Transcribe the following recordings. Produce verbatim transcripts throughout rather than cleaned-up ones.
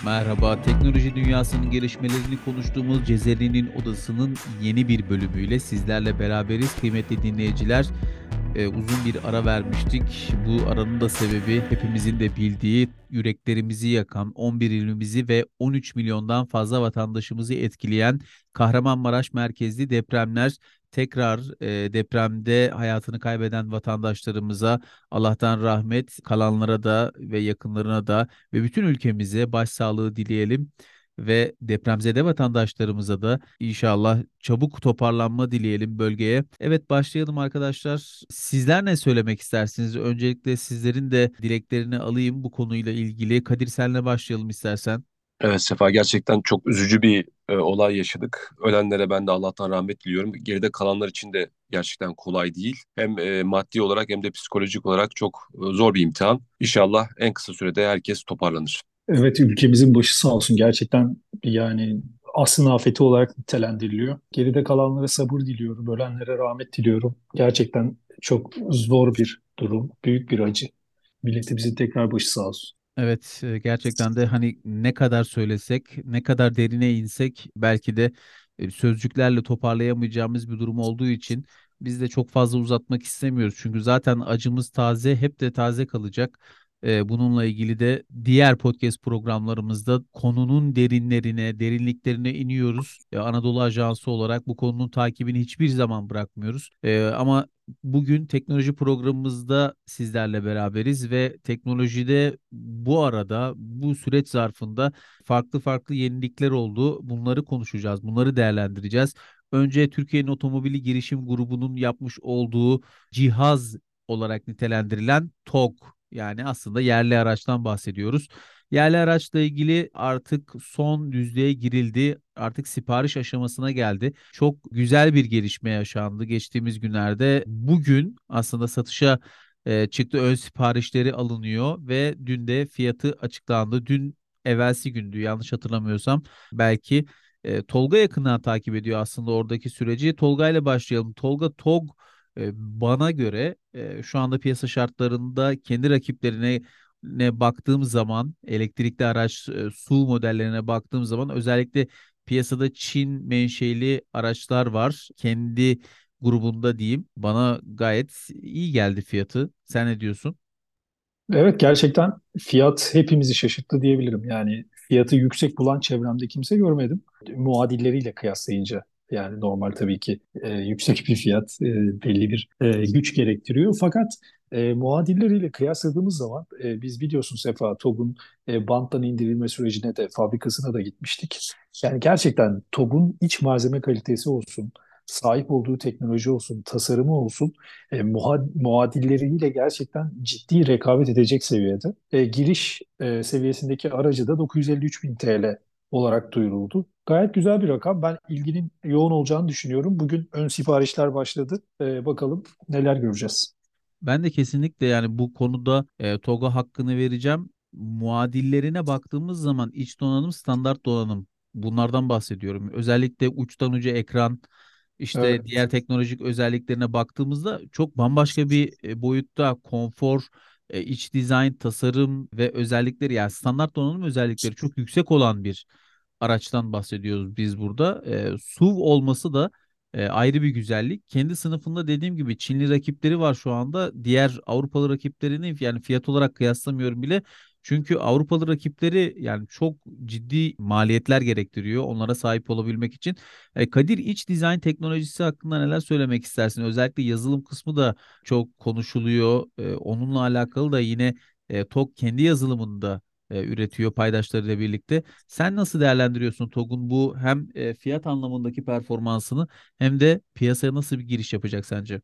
Merhaba, teknoloji dünyasının gelişmelerini konuştuğumuz Cezeri'nin Odası'nın yeni bir bölümüyle sizlerle beraberiz. Kıymetli dinleyiciler, e, uzun bir ara vermiştik. Bu aranın da sebebi hepimizin de bildiği yüreklerimizi yakan on bir ilimizi ve on üç milyondan fazla vatandaşımızı etkileyen Kahramanmaraş merkezli depremler. Tekrar e, depremde hayatını kaybeden vatandaşlarımıza Allah'tan rahmet, kalanlara da ve yakınlarına da ve bütün ülkemize başsağlığı dileyelim ve depremzede vatandaşlarımıza da inşallah çabuk toparlanma dileyelim bölgeye. Evet, başlayalım arkadaşlar. Sizler ne söylemek istersiniz? Öncelikle sizlerin de dileklerini alayım bu konuyla ilgili. Kadir, senle başlayalım istersen. Evet Sefa, gerçekten çok üzücü bir e, olay yaşadık. Ölenlere ben de Allah'tan rahmet diliyorum. Geride kalanlar için de gerçekten kolay değil. Hem e, maddi olarak hem de psikolojik olarak çok e, zor bir imtihan. İnşallah en kısa sürede herkes toparlanır. Evet, ülkemizin başı sağ olsun. Gerçekten yani asrın afeti olarak nitelendiriliyor. Geride kalanlara sabır diliyorum, ölenlere rahmet diliyorum. Gerçekten çok zor bir durum, büyük bir acı. Milletimizin tekrar başı sağ olsun. Evet, e, gerçekten de hani ne kadar söylesek, ne kadar derine insek belki de e, sözcüklerle toparlayamayacağımız bir durum olduğu için biz de çok fazla uzatmak istemiyoruz. Çünkü zaten acımız taze, hep de taze kalacak. E, Bununla ilgili de diğer podcast programlarımızda konunun derinlerine, derinliklerine iniyoruz. E, Anadolu Ajansı olarak bu konunun takibini hiçbir zaman bırakmıyoruz. E, Ama bugün teknoloji programımızda sizlerle beraberiz ve teknolojide bu arada bu süreç zarfında farklı farklı yenilikler oldu. Bunları konuşacağız, bunları değerlendireceğiz. Önce Türkiye'nin Otomobili Girişim Grubu'nun yapmış olduğu cihaz olarak nitelendirilen TOG, yani aslında yerli araçtan bahsediyoruz. Yerli araçla ilgili artık son düzlüğe girildi. Artık sipariş aşamasına geldi. Çok güzel bir gelişme yaşandı geçtiğimiz günlerde. Bugün aslında satışa e, çıktı. Ön siparişleri alınıyor ve dün de fiyatı açıklandı. Dün evvelsi gündü yanlış hatırlamıyorsam. Belki e, Tolga yakından takip ediyor aslında oradaki süreci. Tolga ile başlayalım. Tolga, TOG e, bana göre e, şu anda piyasa şartlarında kendi rakiplerine ne baktığım zaman, elektrikli araç e, S U V modellerine baktığım zaman, özellikle piyasada Çin menşeli araçlar var. Kendi grubunda diyeyim. Bana gayet iyi geldi fiyatı. Sen ne diyorsun? Evet, gerçekten fiyat hepimizi şaşırttı diyebilirim. Yani fiyatı yüksek bulan çevremde kimse görmedim. Muadilleriyle kıyaslayınca yani normal tabii ki e, yüksek bir fiyat e, belli bir e, güç gerektiriyor. Fakat e, muadilleriyle kıyasladığımız zaman e, biz biliyorsun Sefa TOG'un e, banttan indirilme sürecine de fabrikasına da gitmiştik. Yani gerçekten TOG'un iç malzeme kalitesi olsun, sahip olduğu teknoloji olsun, tasarımı olsun e, muha- muadilleriyle gerçekten ciddi rekabet edecek seviyede. E, giriş e, seviyesindeki aracı da dokuz yüz elli üç bin T L olarak duyuruldu. Gayet güzel bir rakam. Ben ilginin yoğun olacağını düşünüyorum. Bugün ön siparişler başladı. E, bakalım neler göreceğiz. Ben de kesinlikle yani bu konuda e, TOG'a hakkını vereceğim. Muadillerine baktığımız zaman iç donanım, standart donanım, bunlardan bahsediyorum. Özellikle uçtan uca ekran, işte Evet. diğer teknolojik özelliklerine baktığımızda çok bambaşka bir e, boyutta konfor, e, iç dizayn, tasarım ve özellikleri, yani standart donanım özellikleri çok yüksek olan bir araçtan bahsediyoruz biz burada. E, S U V olması da e, ayrı bir güzellik. Kendi sınıfında dediğim gibi Çinli rakipleri var şu anda. Diğer Avrupalı rakiplerini yani fiyat olarak kıyaslamıyorum bile. Çünkü Avrupalı rakipleri yani çok ciddi maliyetler gerektiriyor onlara sahip olabilmek için. E, Kadir, iç dizayn teknolojisi hakkında neler söylemek istersin? Özellikle yazılım kısmı da çok konuşuluyor. E, onunla alakalı da yine e, TOG kendi yazılımında e, üretiyor paydaşlarıyla birlikte. Sen nasıl değerlendiriyorsun TOG'un bu hem e, fiyat anlamındaki performansını hem de piyasaya nasıl bir giriş yapacak sence?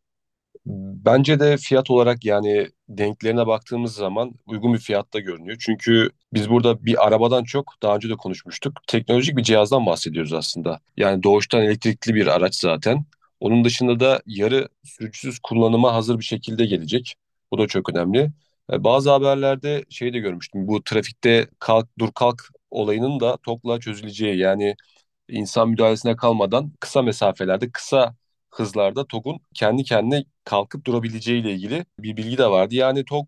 Bence de fiyat olarak yani denklerine baktığımız zaman uygun bir fiyatta görünüyor. Çünkü biz burada bir arabadan çok daha önce de konuşmuştuk. Teknolojik bir cihazdan bahsediyoruz aslında. Yani doğuştan elektrikli bir araç zaten. Onun dışında da yarı sürücüsüz kullanıma hazır bir şekilde gelecek. Bu da çok önemli. E, Bazı haberlerde şey de görmüştüm. Bu trafikte kalk dur kalk olayının da TOG'la çözüleceği, yani insan müdahalesine kalmadan kısa mesafelerde, kısa hızlarda TOG'un kendi kendine kalkıp durabileceği ile ilgili bir bilgi de vardı. Yani TOG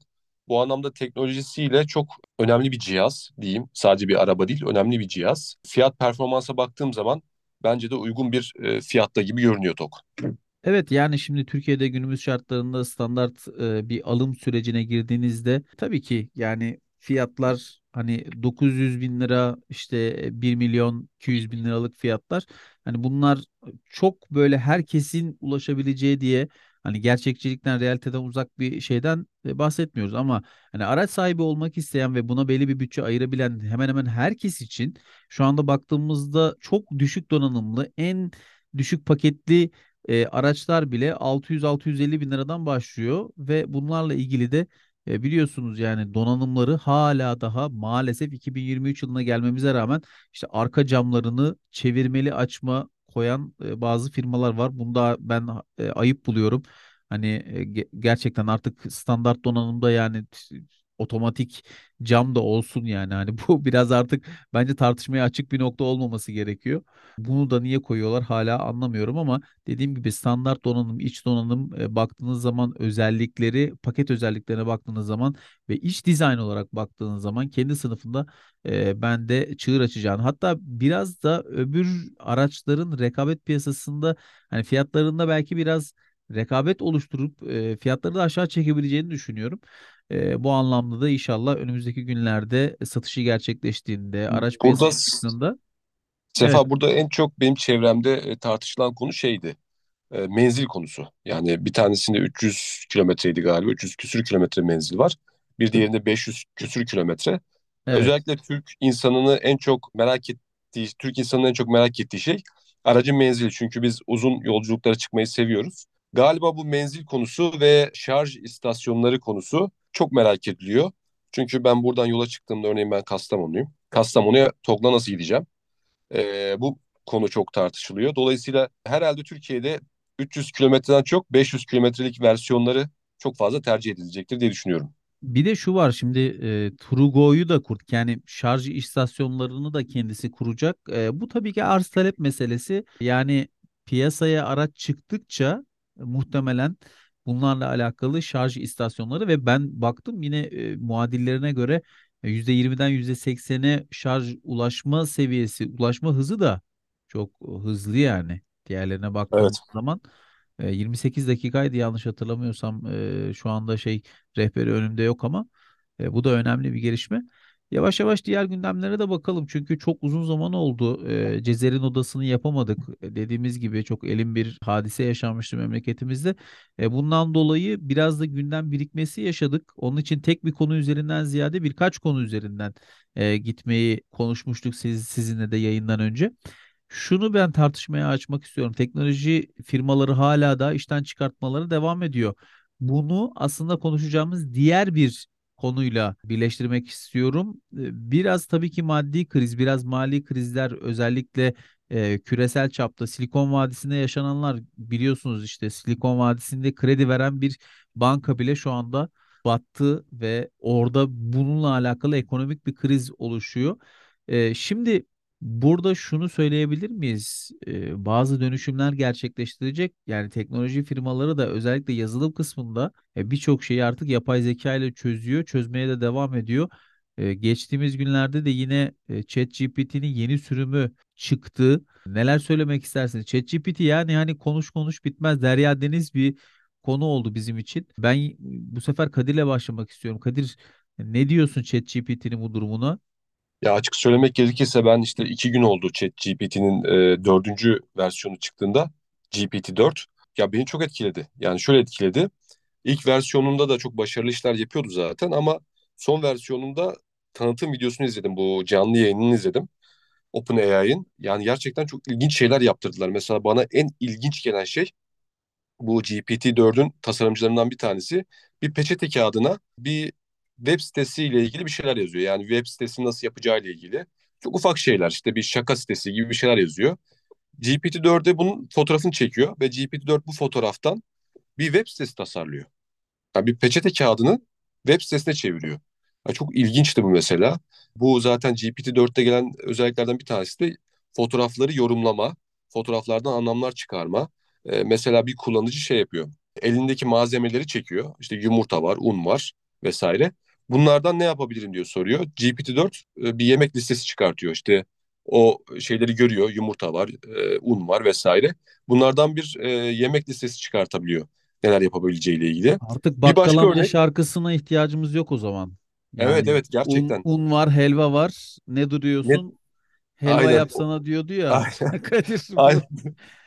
Bu anlamda teknolojisiyle çok önemli bir cihaz diyeyim. Sadece bir araba değil, önemli bir cihaz. Fiyat performansa baktığım zaman bence de uygun bir e, fiyatta gibi görünüyor TOG. Evet, yani şimdi Türkiye'de günümüz şartlarında standart e, bir alım sürecine girdiğinizde tabii ki yani fiyatlar hani dokuz yüz bin lira, işte bir milyon iki yüz bin liralık fiyatlar, hani bunlar çok böyle herkesin ulaşabileceği diye, hani gerçekçilikten, realiteden uzak bir şeyden e, bahsetmiyoruz ama hani araç sahibi olmak isteyen ve buna belli bir bütçe ayırabilen hemen hemen herkes için şu anda baktığımızda çok düşük donanımlı, en düşük paketli e, araçlar bile altı yüz altı yüz elli bin liradan başlıyor ve bunlarla ilgili de e, biliyorsunuz yani donanımları hala daha maalesef iki bin yirmi üç yılına gelmemize rağmen işte arka camlarını çevirmeli açma koyan e, bazı firmalar var. Bunda ben e, ayıp buluyorum. Hani e, ge- gerçekten artık standart donanımda yani t- otomatik cam da olsun yani. Hani bu biraz artık bence tartışmaya açık bir nokta olmaması gerekiyor. Bunu da niye koyuyorlar hala anlamıyorum ama dediğim gibi standart donanım, iç donanım e, baktığınız zaman özellikleri, paket özelliklerine baktığınız zaman ve iç dizayn olarak baktığınız zaman kendi sınıfında e, bende çığır açacağını, hatta biraz da öbür araçların rekabet piyasasında hani fiyatlarında belki biraz rekabet oluşturup e, fiyatları da aşağı çekebileceğini düşünüyorum. E, bu anlamda da inşallah önümüzdeki günlerde satışı gerçekleştiğinde, araç Burada piyasaya çıktığında, evet. Sefa, burada en çok benim çevremde e, tartışılan konu şeydi. E, menzil konusu. Yani bir tanesinde üç yüz kilometreydi galiba. üç yüz küsür kilometre menzil var. Bir diğerinde beş yüz küsür kilometre. Evet. Özellikle Türk insanını en çok merak ettiği, Türk insanının en çok merak ettiği şey aracın menzili. Çünkü biz uzun yolculuklara çıkmayı seviyoruz. Galiba bu menzil konusu ve şarj istasyonları konusu çok merak ediliyor. Çünkü ben buradan yola çıktığımda, örneğin ben Kastamonluyum. Kastamonu'ya TOGG'la nasıl gideceğim? Ee, bu konu çok tartışılıyor. Dolayısıyla herhalde Türkiye'de üç yüz kilometreden çok beş yüz kilometrelik versiyonları çok fazla tercih edilecektir diye düşünüyorum. Bir de şu var şimdi, e, Trugo'yu da kurduk. Yani şarj istasyonlarını da kendisi kuracak. E, bu tabii ki arz talep meselesi. Yani piyasaya araç çıktıkça e, muhtemelen bunlarla alakalı şarj istasyonları ve ben baktım yine e, muadillerine göre e, yüzde yirmiden yüzde seksene şarj ulaşma seviyesi, ulaşma hızı da çok hızlı yani. Diğerlerine baktığımız Evet. zaman e, yirmi sekiz dakikaydı yanlış hatırlamıyorsam, e, şu anda şey, rehberi önümde yok ama e, bu da önemli bir gelişme. Yavaş yavaş diğer gündemlere de bakalım. Çünkü çok uzun zaman oldu. E, Cezer'in odasını yapamadık. E, dediğimiz gibi çok elin bir hadise yaşanmıştı memleketimizde. E, bundan dolayı biraz da gündem birikmesi yaşadık. Onun için tek bir konu üzerinden ziyade birkaç konu üzerinden e, gitmeyi konuşmuştuk siz, sizinle de yayından önce. Şunu ben tartışmaya açmak istiyorum. Teknoloji firmaları hala da işten çıkartmaları devam ediyor. Bunu aslında konuşacağımız diğer bir konuyla birleştirmek istiyorum. Ee, Biraz tabii ki maddi kriz, biraz mali krizler, özellikle e, küresel çapta Silikon Vadisi'nde yaşananlar, biliyorsunuz işte Silikon Vadisi'nde kredi veren bir banka bile şu anda battı ve orada bununla alakalı ekonomik bir kriz oluşuyor. Ee, şimdi burada şunu söyleyebilir miyiz? Ee, bazı dönüşümler gerçekleştirecek. Yani teknoloji firmaları da özellikle yazılım kısmında e, birçok şeyi artık yapay zeka ile çözüyor, çözmeye de devam ediyor. E, geçtiğimiz günlerde de yine e, ChatGPT'nin yeni sürümü çıktı. Neler söylemek istersiniz? ChatGPT yani hani konuş konuş bitmez, derya deniz bir konu oldu bizim için. Ben bu sefer Kadir'le başlamak istiyorum. Kadir, ne diyorsun ChatGPT'nin bu durumuna? Ya açık söylemek gerekirse ben işte iki gün oldu ChatGPT'nin e, dördüncü versiyonu çıktığında, G P T dört. Ya beni çok etkiledi. Yani şöyle etkiledi. İlk versiyonunda da çok başarılı işler yapıyordu zaten ama son versiyonunda tanıtım videosunu izledim. Bu canlı yayınını izledim. OpenAI'ın. Yani gerçekten çok ilginç şeyler yaptırdılar. Mesela bana en ilginç gelen şey, bu G P T dördün tasarımcılarından bir tanesi bir peçete kağıdına bir web sitesiyle ilgili bir şeyler yazıyor. Yani web sitesini nasıl yapacağı ile ilgili. Çok ufak şeyler, işte bir şaka sitesi gibi bir şeyler yazıyor. G P T dörde bunun fotoğrafını çekiyor ve G P T dört bu fotoğraftan bir web sitesi tasarlıyor. Yani bir peçete kağıdını web sitesine çeviriyor. Yani çok ilginçti bu mesela. Bu zaten G P T dörtte gelen özelliklerden bir tanesi de fotoğrafları yorumlama, fotoğraflardan anlamlar çıkarma. Ee, mesela bir kullanıcı şey yapıyor. Elindeki malzemeleri çekiyor. İşte yumurta var, un var vesaire. Bunlardan ne yapabilirim diyor soruyor. G P T dört e, bir yemek listesi çıkartıyor. İşte o şeyleri görüyor. Yumurta var, e, un var vesaire. Bunlardan bir e, yemek listesi çıkartabiliyor. Neler yapabileceğiyle ilgili. Artık Bir bakkal başka amca örnek. şarkısına ihtiyacımız yok o zaman. Evet, Yani evet, un, gerçekten. un var, helva var. Ne Ne, duruyorsun? Helva aynen. O- yapsana diyordu ya. Aynen. Kadir Aynen. bu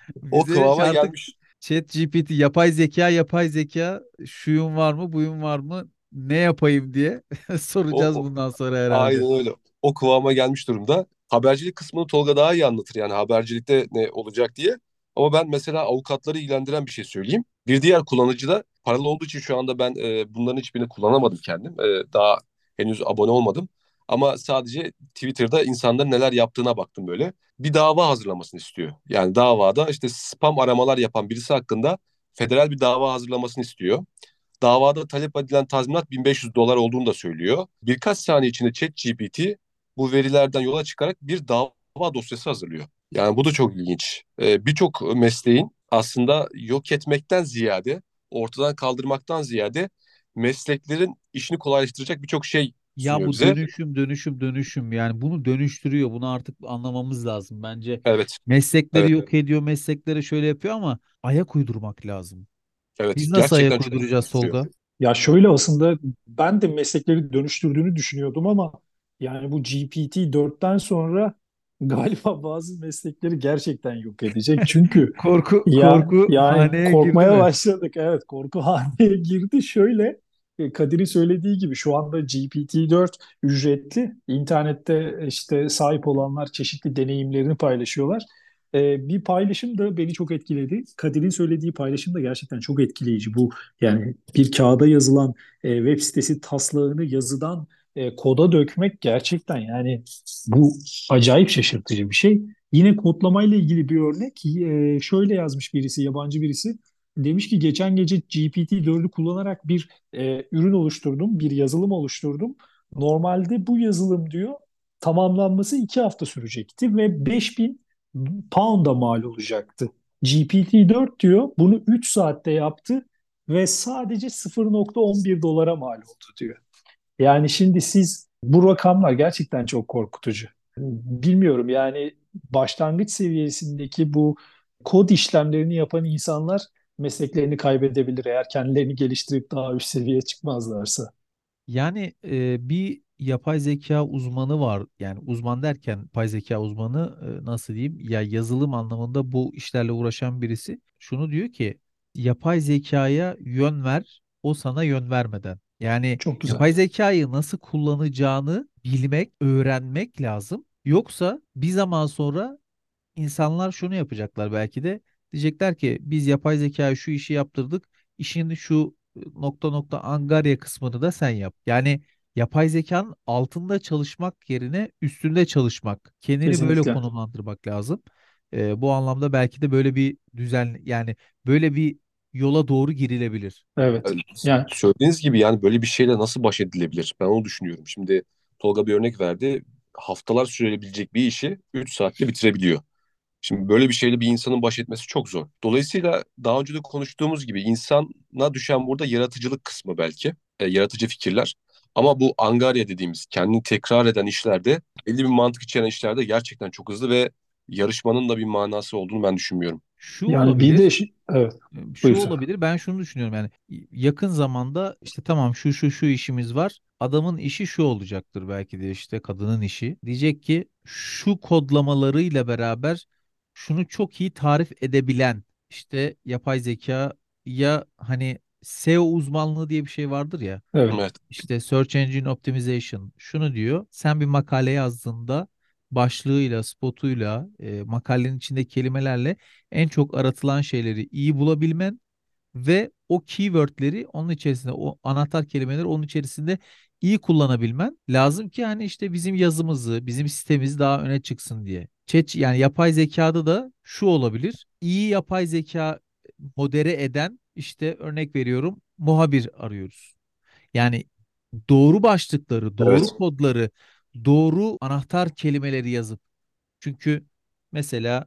O bize kıvama artık gelmiş. Chat G P T, yapay zeka, yapay zeka, şuyun var mı, buyun var mı, ne yapayım diye soracağız O, bundan sonra herhalde. Aynen öyle. O kıvama gelmiş durumda. Habercilik kısmını Tolga daha iyi anlatır, yani habercilikte ne olacak diye. Ama ben mesela avukatları ilgilendiren bir şey söyleyeyim. Bir diğer kullanıcı da paralı olduğu için şu anda ben e, bunların hiçbirini kullanamadım kendim. E, daha henüz abone olmadım. Ama sadece Twitter'da insanların neler yaptığına baktım böyle. Bir dava hazırlamasını istiyor. Yani davada işte spam aramalar yapan birisi hakkında federal bir dava hazırlamasını istiyor. Davada talep edilen tazminat bin beş yüz dolar olduğunu da söylüyor. Birkaç saniye içinde ChatGPT bu verilerden yola çıkarak bir dava dosyası hazırlıyor. Yani bu da çok ilginç. Ee, birçok mesleğin aslında yok etmekten ziyade, ortadan kaldırmaktan ziyade mesleklerin işini kolaylaştıracak birçok şey Ya sunuyor bu bize. dönüşüm dönüşüm dönüşüm, yani bunu dönüştürüyor. Bunu artık anlamamız lazım. Bence Evet, meslekleri evet, yok ediyor, meslekleri şöyle yapıyor ama ayak uydurmak lazım. evet. Biz nasıl Gerçekten ayak çok uyduracağız istiyor. Tolga? Ya şöyle aslında ben de meslekleri dönüştürdüğünü düşünüyordum ama yani bu G P T dörtten sonra galiba bazı meslekleri gerçekten yok edecek. Çünkü Korku ya korku yani haneye girdi korkmaya mi? başladık. Evet, korku haline girdi. Şöyle e, Kadir'in söylediği gibi şu anda G P T dört ücretli. İnternette işte sahip olanlar çeşitli deneyimlerini paylaşıyorlar. E, bir paylaşım da beni çok etkiledi. Kadir'in söylediği paylaşım da gerçekten çok etkileyici. Bu yani bir kağıda yazılan e, web sitesi taslağını yazıdan e, koda dökmek gerçekten yani bu acayip şaşırtıcı bir şey. Yine kodlamayla ilgili bir örnek. E, şöyle yazmış birisi, yabancı birisi. Demiş ki geçen gece G P T dördü kullanarak bir e, ürün oluşturdum, bir yazılım oluşturdum. Normalde bu yazılım diyor tamamlanması iki hafta sürecekti ve beş bin pound'a mal olacaktı. G P T dört diyor bunu üç saatte yaptı ve sadece sıfır nokta on bir dolara mal oldu diyor. Yani şimdi siz bu rakamlar gerçekten çok korkutucu. Bilmiyorum yani başlangıç seviyesindeki bu kod işlemlerini yapan insanlar mesleklerini kaybedebilir eğer kendilerini geliştirip daha üst seviyeye çıkmazlarsa. Yani e, bir yapay zeka uzmanı var. Yani uzman derken yapay zeka uzmanı, e, nasıl diyeyim? Ya yazılım anlamında bu işlerle uğraşan birisi. Şunu diyor ki yapay zekaya yön ver, o sana yön vermeden. Yani Çok güzel. yapay zekayı nasıl kullanacağını bilmek, öğrenmek lazım. Yoksa bir zaman sonra İnsanlar şunu yapacaklar belki de. Diyecekler ki biz yapay zekaya şu işi yaptırdık. İşin şu e, nokta nokta angarya kısmını da sen yap. Yani yapay zekanın altında çalışmak yerine üstünde çalışmak. Kendini böyle Kesinlikle. konumlandırmak lazım. Ee, bu anlamda belki de böyle bir düzen, yani böyle bir yola doğru girilebilir. Evet. Yani Yani söylediğiniz gibi yani böyle bir şeyle nasıl baş edilebilir? Ben onu düşünüyorum. Şimdi Tolga bir örnek verdi. Haftalar sürebilecek bir işi üç saatte bitirebiliyor. Şimdi böyle bir şeyle bir insanın baş etmesi çok zor. Dolayısıyla daha önce de konuştuğumuz gibi insana düşen burada yaratıcılık kısmı belki. E, yaratıcı fikirler. Ama bu angarya dediğimiz kendini tekrar eden işlerde, belli bir mantık içeren işlerde gerçekten çok hızlı ve yarışmanın da bir manası olduğunu ben düşünmüyorum. Şu yani bir de olabilir. şi- evet. E, Şu Buyursun. olabilir. Ben şunu düşünüyorum, yani yakın zamanda işte tamam şu şu şu işimiz var. Adamın işi şu olacaktır, belki de işte kadının işi. Diyecek ki şu kodlamalarıyla beraber şunu çok iyi tarif edebilen işte yapay zeka, ya hani S E O uzmanlığı diye bir şey vardır ya. Evet. Evet, İşte Search Engine Optimization şunu diyor. Sen bir makale yazdığında başlığıyla, spotuyla, e, makalenin içindeki kelimelerle en çok aratılan şeyleri iyi bulabilmen ve o keywordleri onun içerisinde, o anahtar kelimeleri onun içerisinde iyi kullanabilmen lazım ki hani işte bizim yazımızı, bizim sitemiz daha öne çıksın diye. Chat, yani yapay zekada da şu olabilir. İyi yapay zeka modere eden, işte örnek veriyorum, muhabir arıyoruz. Yani doğru başlıkları, doğru evet, kodları, doğru anahtar kelimeleri yazıp, çünkü mesela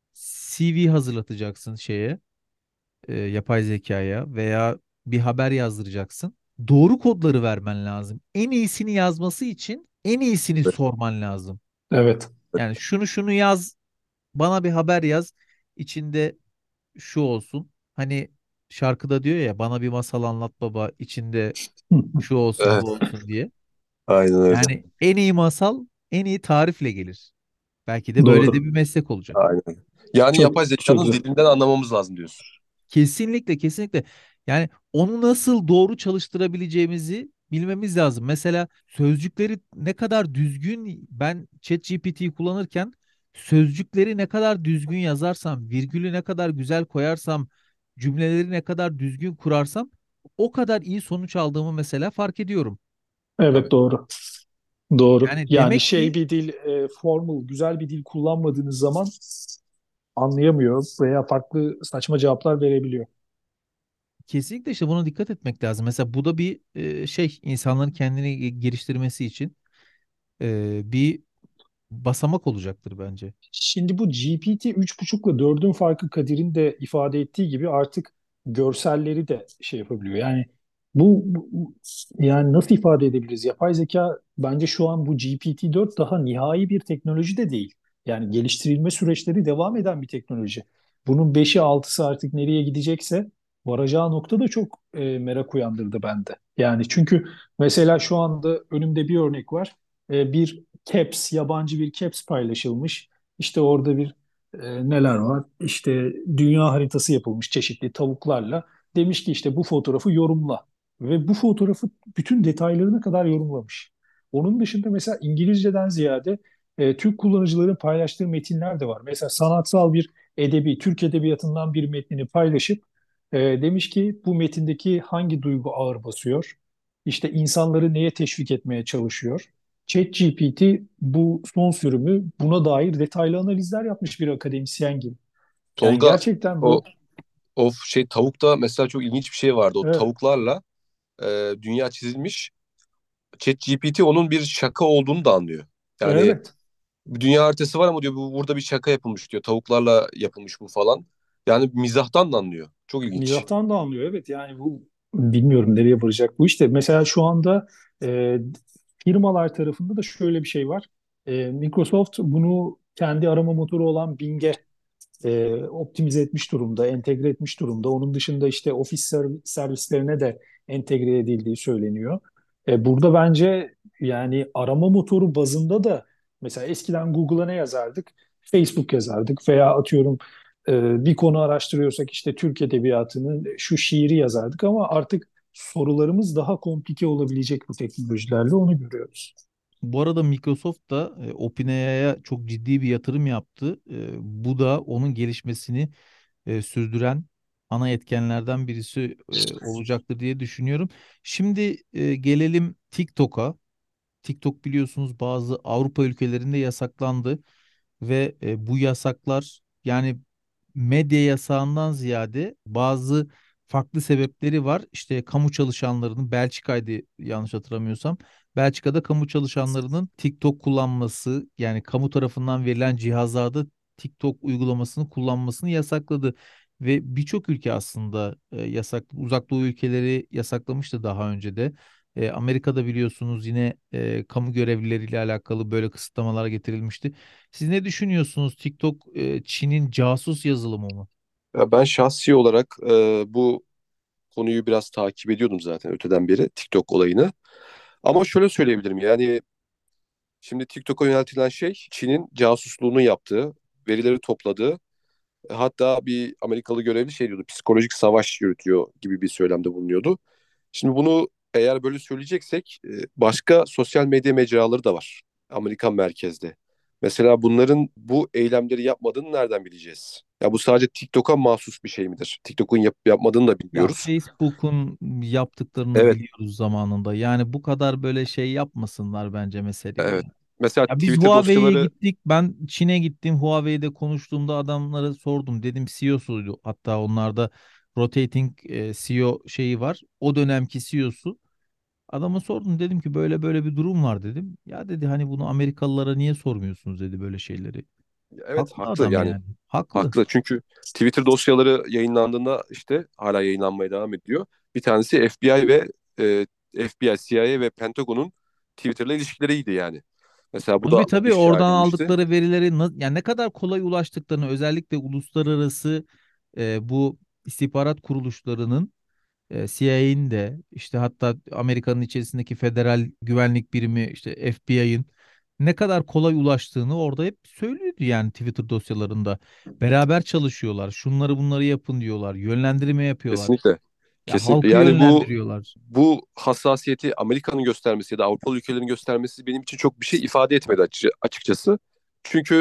C V hazırlatacaksın şeye, e, yapay zekaya, veya bir haber yazdıracaksın. doğru kodları vermen lazım. En iyisini yazması için en iyisini Evet. sorman lazım. Evet. Yani şunu şunu yaz, bana bir haber yaz. İçinde şu olsun. Hani şarkıda diyor ya, bana bir masal anlat baba, içinde şu olsun Evet. bu olsun diye. Aynen öyle. Yani en iyi masal en iyi tarifle gelir. Belki de böyle de Doğru. bir meslek olacak. Aynen. Yani Çok yapay çok zekanın güzel. dilinden anlamamız lazım diyorsun. Kesinlikle, kesinlikle. Yani onu nasıl doğru çalıştırabileceğimizi bilmemiz lazım. Mesela sözcükleri ne kadar düzgün, ben ChatGPT'yi kullanırken sözcükleri ne kadar düzgün yazarsam, virgülü ne kadar güzel koyarsam, cümleleri ne kadar düzgün kurarsam o kadar iyi sonuç aldığımı mesela fark ediyorum. Tabii. Evet, doğru. Doğru. Yani Yani demek şey ki bir dil, e, formal, güzel bir dil kullanmadığınız zaman anlayamıyor veya farklı saçma cevaplar verebiliyor. kesinlikle işte buna dikkat etmek lazım. Mesela bu da bir e, şey, insanların kendini geliştirmesi için e, bir basamak olacaktır bence. Şimdi bu G P T üç buçuk ile dördün farkı, Kadir'in de ifade ettiği gibi, artık görselleri de şey yapabiliyor. Yani bu, bu- yani nasıl ifade edebiliriz? Yapay zeka bence şu an bu G P T dört daha nihai bir teknoloji de değil. Yani geliştirilme süreçleri devam eden bir teknoloji. Bunun beşi altısı artık nereye gidecekse varacağı nokta da çok e, merak uyandırdı bende. Yani çünkü mesela şu anda önümde bir örnek var. E, bir caps, yabancı bir caps paylaşılmış. İşte orada bir e, neler var? İşte dünya haritası yapılmış çeşitli tavuklarla. Demiş ki işte bu fotoğrafı yorumla. Ve bu fotoğrafı bütün detaylarına kadar yorumlamış. Onun dışında mesela İngilizceden ziyade e, Türk kullanıcıların paylaştığı metinler de var. Mesela sanatsal bir edebi, Türk edebiyatından bir metnini paylaşıp e, demiş ki bu metindeki hangi duygu ağır basıyor? İşte insanları neye teşvik etmeye çalışıyor? ChatGPT bu son sürümü buna dair detaylı analizler yapmış bir akademisyen gibi. Yani Tolga, gerçekten o bu, o şey tavukta mesela çok ilginç bir şey vardı. O evet, tavuklarla e, dünya çizilmiş. ChatGPT onun bir şaka olduğunu da anlıyor. Yani evet, bir dünya haritası var ama diyor bu burada bir şaka yapılmış diyor. Tavuklarla yapılmış bu falan. Yani mizahtan da anlıyor. Çok ilginç. mizahtan da anlıyor. Evet, yani bu, bilmiyorum nereye varacak bu işte. Mesela şu anda e, firmalar tarafında da şöyle bir şey var. E, Microsoft bunu kendi arama motoru olan Bing'e e, optimize etmiş durumda, entegre etmiş durumda. Onun dışında işte ofis serv- servislerine de entegre edildiği söyleniyor. E, burada bence yani arama motoru bazında da mesela eskiden Google'a ne yazardık? Facebook yazardık veya atıyorum e, bir konu araştırıyorsak işte Türk Edebiyatı'nın şu şiiri yazardık, ama artık sorularımız daha komplike olabilecek bu teknolojilerle, onu görüyoruz. Bu arada Microsoft da e, OpenAI'ya çok ciddi bir yatırım yaptı. E, bu da onun gelişmesini e, sürdüren ana etkenlerden birisi e, olacaktır diye düşünüyorum. Şimdi e, gelelim TikTok'a. TikTok biliyorsunuz bazı Avrupa ülkelerinde yasaklandı ve e, bu yasaklar, yani medya yasağından ziyade bazı farklı sebepleri var. İşte kamu çalışanlarının, Belçika'ydı yanlış hatırlamıyorsam, Belçika'da kamu çalışanlarının TikTok kullanması, yani kamu tarafından verilen cihazlarda TikTok uygulamasını kullanmasını yasakladı. Ve birçok ülke aslında e, yasak, uzak doğu ülkeleri yasaklamıştı daha önce de. E, Amerika'da biliyorsunuz yine e, kamu görevlileriyle alakalı böyle kısıtlamalar getirilmişti. Siz ne düşünüyorsunuz? TikTok e, Çin'in casus yazılımı mı? Ya ben şahsi olarak e, bu konuyu biraz takip ediyordum zaten öteden beri TikTok olayını. Ama şöyle söyleyebilirim yani şimdi TikTok'a yöneltilen şey Çin'in casusluğunu yaptığı, verileri topladığı, hatta bir Amerikalı görevli şey diyordu, psikolojik savaş yürütüyor gibi bir söylemde bulunuyordu. Şimdi bunu eğer böyle söyleyeceksek e, başka sosyal medya mecraları da var Amerikan merkezde. Mesela bunların bu eylemleri yapmadığını nereden bileceğiz? Ya bu sadece TikTok'a mahsus bir şey midir? TikTok'un yap yapmadığını da Ya bilmiyoruz. Facebook'un yaptıklarını Evet, biliyoruz zamanında. Yani bu kadar böyle şey yapmasınlar bence meseleyi evet. ya. Mesela Ya biz Twitter Huawei'ye dosyaları, gittik. Ben Çin'e gittim. Huawei'de konuştuğumda adamlara sordum. Dedim C E O'suydu. Hatta onlarda rotating e, C E O şeyi var. O dönemki C E O'su. Adama sordum, dedim ki böyle böyle bir durum var dedim. Ya dedi, hani bunu Amerikalılara niye sormuyorsunuz dedi böyle şeyleri. evet Haklı haklı adam yani. yani. Haklı. Haklı çünkü Twitter dosyaları yayınlandığında işte hala yayınlanmaya devam ediyor. Bir tanesi F B I ve e, F B I, C I A ve Pentagon'un Twitter'la ilişkileriydi yani. Mesela bu Tabii da tabii, ifşa oradan edilmişti. aldıkları verileri na- yani ne kadar kolay ulaştıklarını, özellikle uluslararası e, bu istihbarat kuruluşlarının, e, C I A'nin de, işte hatta Amerika'nın içerisindeki federal güvenlik birimi, işte F B I'ın ne kadar kolay ulaştığını orada hep söylüyordu yani Twitter dosyalarında. Beraber çalışıyorlar. Şunları bunları yapın diyorlar. Yönlendirme yapıyorlar. Kesinlikle. Ya Kesinlikle. halkı Yani bu yönlendiriyorlar. bu hassasiyeti Amerika'nın göstermesi ya da Avrupalı ülkelerin göstermesi benim için çok bir şey ifade etmedi açı- açıkçası. Çünkü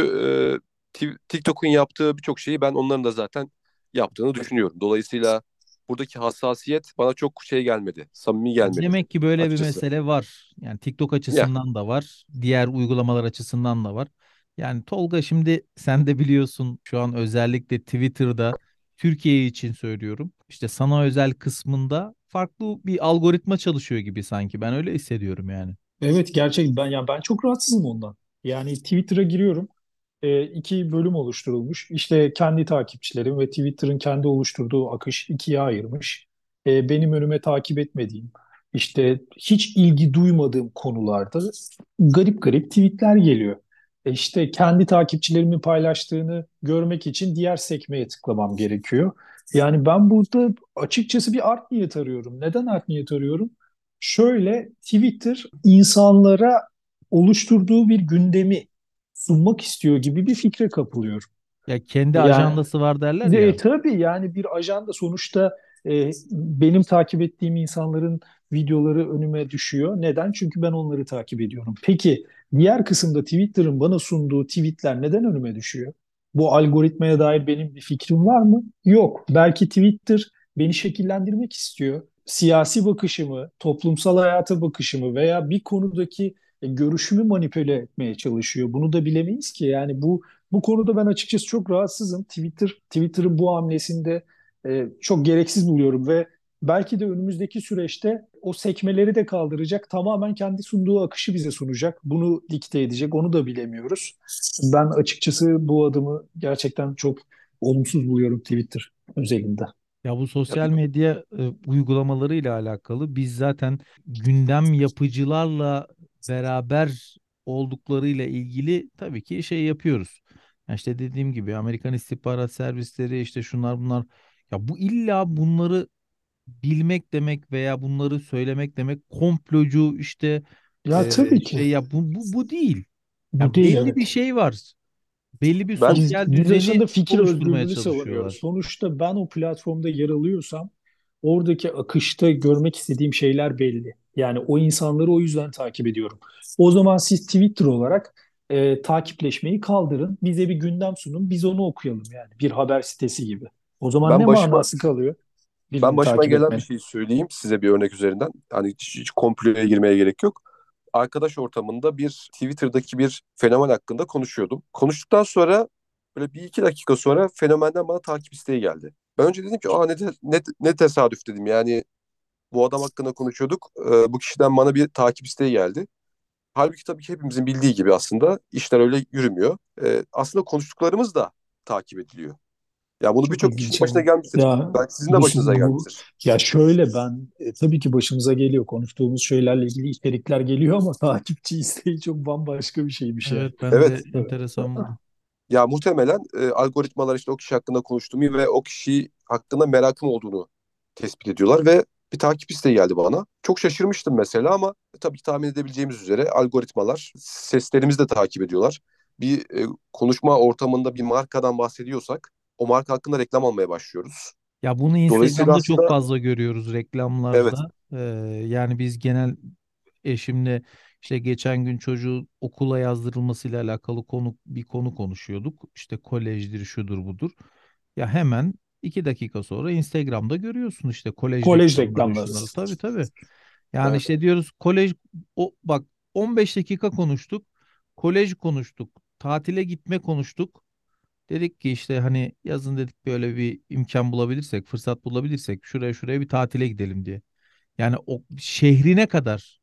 e, Ti- TikTok'un yaptığı birçok şeyi ben onların da zaten yaptığını düşünüyorum. Dolayısıyla buradaki hassasiyet bana çok şey gelmedi, samimi gelmedi Demek ki böyle bir açıkçası. mesele var. Yani TikTok Ya açısından da var. Diğer uygulamalar açısından da var. Yani Tolga, şimdi sen de biliyorsun, şu an özellikle Twitter'da, Türkiye için söylüyorum, İşte sana özel kısmında farklı bir algoritma çalışıyor gibi sanki. Ben öyle hissediyorum yani. Evet, gerçek ben ya ben çok rahatsızım ondan. Yani Twitter'a giriyorum. E, iki bölüm oluşturulmuş. İşte kendi takipçilerim ve Twitter'ın kendi oluşturduğu akış ikiye ayırmış. E, benim önüme takip etmediğim, işte hiç ilgi duymadığım konularda garip garip tweetler geliyor. E, işte kendi takipçilerimin paylaştığını görmek için diğer sekmeye tıklamam gerekiyor. Yani ben burada açıkçası bir art niyet arıyorum. Neden art niyet arıyorum? Şöyle, Twitter insanlara oluşturduğu bir gündemi sunmak istiyor gibi bir fikre kapılıyorum. Ya kendi Yani ajandası var derler e, ya. tabii yani bir ajanda sonuçta, e, benim takip ettiğim insanların videoları önüme düşüyor. Neden? Çünkü ben onları takip ediyorum. Peki diğer kısımda Twitter'ın bana sunduğu tweetler neden önüme düşüyor? Bu algoritmaya dair benim bir fikrim var mı? Yok. Belki Twitter beni şekillendirmek istiyor. Siyasi bakışımı, toplumsal hayata bakışımı veya bir konudaki e, görüşümü manipüle etmeye çalışıyor. Bunu da bilemeyiz ki. Yani bu bu konuda ben açıkçası çok rahatsızım. Twitter, Twitter'ın bu hamlesinde e, çok gereksiz buluyorum ve belki de önümüzdeki süreçte o sekmeleri de kaldıracak, tamamen kendi sunduğu akışı bize sunacak. Bunu dikte edecek, onu da bilemiyoruz. Ben açıkçası bu adımı gerçekten çok olumsuz buluyorum Twitter özelinde. Ya bu sosyal medya e, uygulamaları ile alakalı biz zaten gündem yapıcılarla beraber olduklarıyla ilgili tabii ki şey yapıyoruz. Ya işte dediğim gibi Amerikan istihbarat servisleri, işte şunlar bunlar. Ya bu illa bunları bilmek demek veya bunları söylemek demek komplocu işte, Ya e, tabii ki. şey, ya bu, bu bu değil. Bu Ya değil, belli bir evet. şey var. Belli bir ben Biz, sosyal biz düzeni aslında fikir oluşturmaya özgürlüğünü savunuyoruz. çalışıyorlar. Sonuçta ben o platformda yer alıyorsam oradaki akışta görmek istediğim şeyler belli. Yani o insanları o yüzden takip ediyorum. O zaman siz Twitter olarak e, takipleşmeyi kaldırın. Bize bir gündem sunun. Biz onu okuyalım yani. Bir haber sitesi gibi. O zaman ne ben başıma manası kalıyor ben birini başıma takip gelen bir etmenin? şey söyleyeyim size bir örnek üzerinden. Hani hiç, hiç komploya girmeye gerek yok. Arkadaş ortamında bir Twitter'daki bir fenomen hakkında konuşuyordum. Konuştuktan sonra böyle bir iki dakika sonra fenomenden bana takip isteği geldi. Ben önce dedim ki aa ne, te- ne, ne tesadüf dedim. Yani bu adam hakkında konuşuyorduk. Ee, bu kişiden bana bir takip isteği geldi. Halbuki tabii ki hepimizin bildiği gibi aslında işler öyle yürümüyor. Ee, aslında konuştuklarımız da takip ediliyor. Ya bunu Çok birçok kişinin ilginç başına yani. gelmiştir. Ya Belki sizin de bu, başınıza bu gelmiştir. ya şöyle ben e, tabii ki başımıza geliyor. Konuştuğumuz şeylerle ilgili içerikler geliyor ama takipçi isteği çok bambaşka bir şeymiş yani. Evet, ben de Evet. enteresan buldum. Ya muhtemelen e, algoritmalar işte o kişi hakkında konuştuğumu ve o kişi hakkında merakım olduğunu tespit ediyorlar ve bir takip isteği geldi bana. Çok şaşırmıştım mesela ama tabii ki tahmin edebileceğimiz üzere algoritmalar seslerimizi de takip ediyorlar. Bir e, konuşma ortamında bir markadan bahsediyorsak o marka hakkında reklam almaya başlıyoruz. Ya bunu Dolayısıyla Instagram'da çok aslında fazla görüyoruz, evet, reklamlarda. Ee, yani biz genel eşimle işte geçen gün çocuğu okula yazdırılmasıyla alakalı konu bir konu konuşuyorduk. İşte kolejdir, şudur budur. Ya hemen iki dakika sonra Instagram'da görüyorsun işte kolej Kolej reklamları, reklamları. şunları. Tabii tabii. Yani evet. işte diyoruz kolej, o bak, on beş dakika konuştuk. Kolej konuştuk. Tatile gitme konuştuk. Dedik ki işte hani yazın dedik böyle bir imkan bulabilirsek, fırsat bulabilirsek şuraya şuraya bir tatile gidelim diye. Yani o şehrine kadar,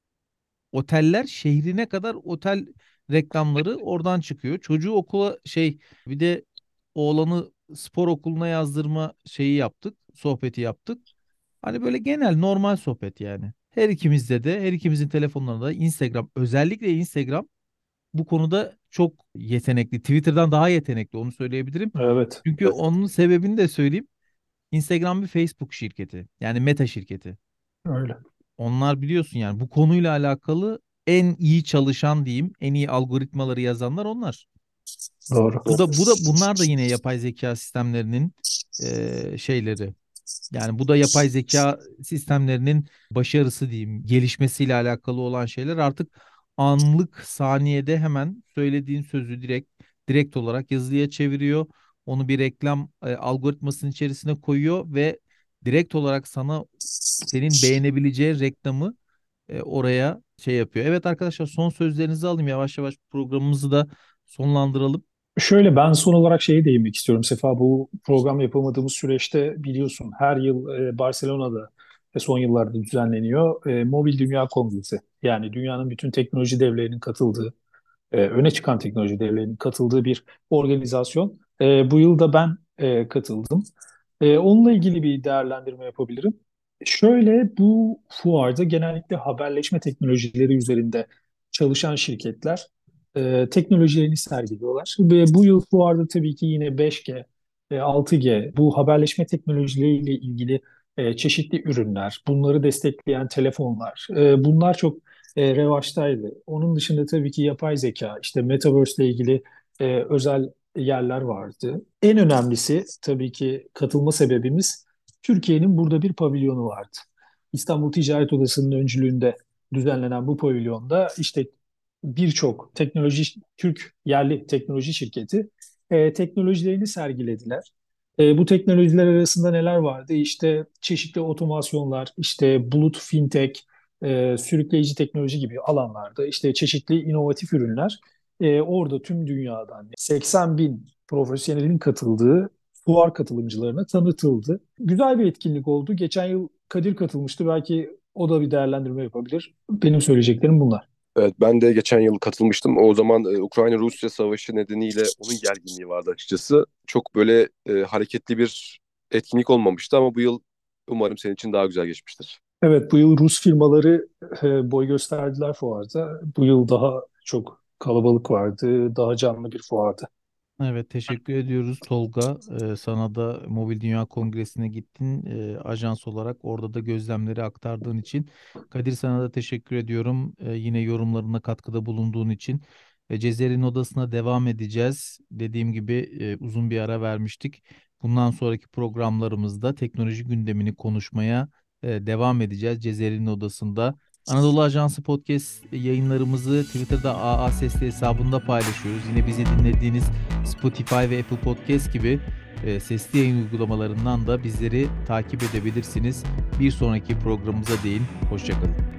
oteller şehrine kadar otel reklamları oradan çıkıyor. Çocuğu okula şey, bir de oğlanı spor okuluna yazdırma şeyi yaptık, sohbeti yaptık. Hani böyle genel normal sohbet yani. Her ikimizde de her ikimizin telefonlarında Instagram, özellikle Instagram bu konuda çok yetenekli. Twitter'dan daha yetenekli, onu söyleyebilirim. Evet, Çünkü onun sebebini de söyleyeyim. Instagram bir Facebook şirketi. Yani Meta şirketi. öyle. Onlar biliyorsun yani bu konuyla alakalı en iyi çalışan diyeyim, en iyi algoritmaları yazanlar onlar. Doğru. Bu da bu da bunlar da yine yapay zeka sistemlerinin eee, şeyleri. Yani bu da yapay zeka sistemlerinin başarısı diyeyim, gelişmesiyle alakalı olan şeyler. Artık anlık, saniyede hemen söylediğin sözü direkt direkt olarak yazılıya çeviriyor. Onu bir reklam e, algoritmasının içerisine koyuyor ve direkt olarak sana senin beğenebileceğin reklamı e, oraya şey yapıyor. Evet arkadaşlar, son sözlerinizi alayım, yavaş yavaş programımızı da sonlandıralım. Şöyle, ben son olarak şeye değinmek istiyorum Sefa. Bu program yapamadığımız süreçte biliyorsun her yıl e, Barcelona'da ve son yıllarda düzenleniyor e, Mobil Dünya Kongresi. Yani dünyanın bütün teknoloji devlerinin katıldığı, e, öne çıkan teknoloji devlerinin katıldığı bir organizasyon. E, bu yıl da ben e, katıldım. E, onunla ilgili bir değerlendirme yapabilirim. Şöyle, bu fuarda genellikle haberleşme teknolojileri üzerinde çalışan şirketler e, teknolojilerini sergiliyorlar. Ve bu yıl fuarda tabii ki yine beş G, e, altı G, bu haberleşme teknolojileriyle ilgili e, çeşitli ürünler, bunları destekleyen telefonlar, e, bunlar çok e, revaçtaydı. Onun dışında tabii ki yapay zeka, işte Metaverse ile ilgili e, özel yerler vardı. En önemlisi tabii ki katılma sebebimiz, Türkiye'nin burada bir pavilyonu vardı. İstanbul Ticaret Odası'nın öncülüğünde düzenlenen bu pavilyonda işte birçok teknoloji, Türk yerli teknoloji şirketi e, teknolojilerini sergilediler. E, bu teknolojiler arasında neler vardı? İşte çeşitli otomasyonlar, işte bulut, fintech, e, sürükleyici teknoloji gibi alanlarda işte çeşitli inovatif ürünler e, orada tüm dünyadan seksen bin profesyonelin katıldığı fuar katılımcılarına tanıtıldı. Güzel bir etkinlik oldu. Geçen yıl Kadir katılmıştı. Belki o da bir değerlendirme yapabilir. Benim söyleyeceklerim bunlar. Evet, ben de geçen yıl katılmıştım. O zaman e, Ukrayna-Rusya savaşı nedeniyle onun gerginliği vardı açıkçası. Çok böyle e, hareketli bir etkinlik olmamıştı ama bu yıl umarım senin için daha güzel geçmiştir. Evet, bu yıl Rus firmaları e, boy gösterdiler fuarda. Bu yıl daha çok kalabalık vardı. Daha canlı bir fuardı. Evet, teşekkür ediyoruz Tolga. Ee, sana da Mobil Dünya Kongresi'ne gittin. Ee, ajans olarak orada da gözlemleri aktardığın için. Kadir, sana da teşekkür ediyorum. Ee, yine yorumlarına katkıda bulunduğun için. Ve Cezer'in odasına devam edeceğiz. Dediğim gibi e, uzun bir ara vermiştik. Bundan sonraki programlarımızda teknoloji gündemini konuşmaya e, devam edeceğiz Cezer'in odasında. Anadolu Ajansı Podcast yayınlarımızı Twitter'da A A Sesli hesabında paylaşıyoruz. Yine bizi dinlediğiniz Spotify ve Apple Podcast gibi e, sesli yayın uygulamalarından da bizleri takip edebilirsiniz. Bir sonraki programımıza değin. Hoşça kalın.